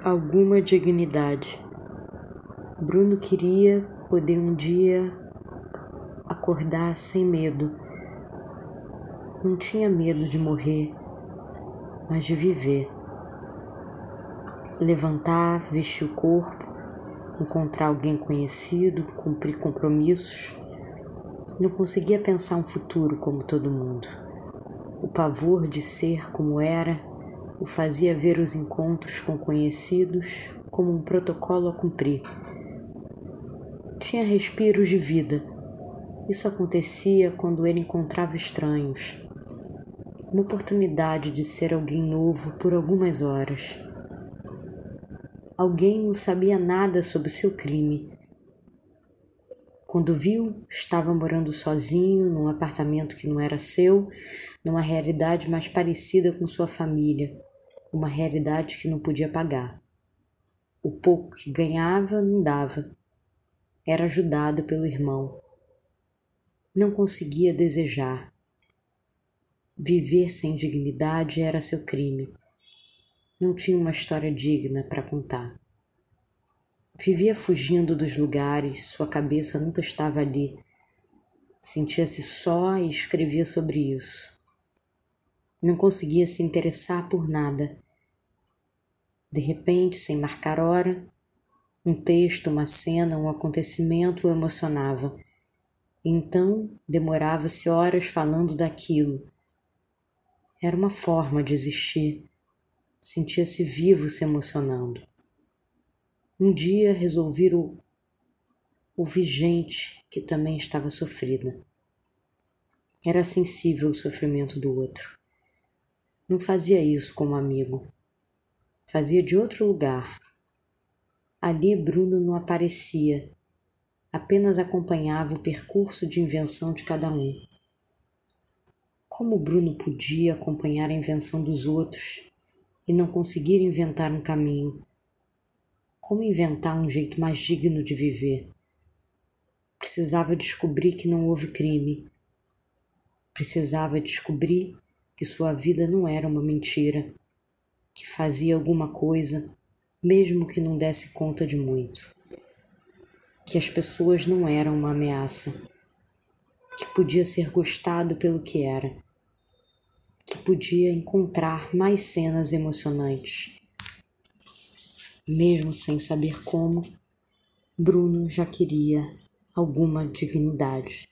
Alguma dignidade. Bruno queria poder um dia acordar sem medo. Não tinha medo de morrer, mas de viver. Levantar, vestir o corpo, encontrar alguém conhecido, cumprir compromissos. Não conseguia pensar um futuro como todo mundo. O pavor de ser como era o fazia ver os encontros com conhecidos como um protocolo a cumprir. Tinha respiros de vida. Isso acontecia quando ele encontrava estranhos. Uma oportunidade de ser alguém novo por algumas horas. Alguém não sabia nada sobre o seu crime. Quando viu, estava morando sozinho num apartamento que não era seu, numa realidade mais parecida com sua família, uma realidade que não podia pagar. O pouco que ganhava não dava. Era ajudado pelo irmão. Não conseguia desejar. Viver sem dignidade era seu crime. Não tinha uma história digna para contar. Vivia fugindo dos lugares, sua cabeça nunca estava ali. Sentia-se só e escrevia sobre isso. Não conseguia se interessar por nada. De repente, sem marcar hora, um texto, uma cena, um acontecimento o emocionava. Então, demorava-se horas falando daquilo. Era uma forma de existir. Sentia-se vivo se emocionando. Um dia resolvi ouvir gente que também estava sofrida. Era sensível ao sofrimento do outro. Não fazia isso como amigo. Fazia de outro lugar. Ali Bruno não aparecia. Apenas acompanhava o percurso de invenção de cada um. Como Bruno podia acompanhar a invenção dos outros e não conseguir inventar um caminho? Como inventar um jeito mais digno de viver? Precisava descobrir que não houve crime. Precisava descobrir que sua vida não era uma mentira, que fazia alguma coisa, mesmo que não desse conta de muito. Que as pessoas não eram uma ameaça, que podia ser gostado pelo que era, que podia encontrar mais cenas emocionantes. Mesmo sem saber como, Bruno já queria alguma dignidade.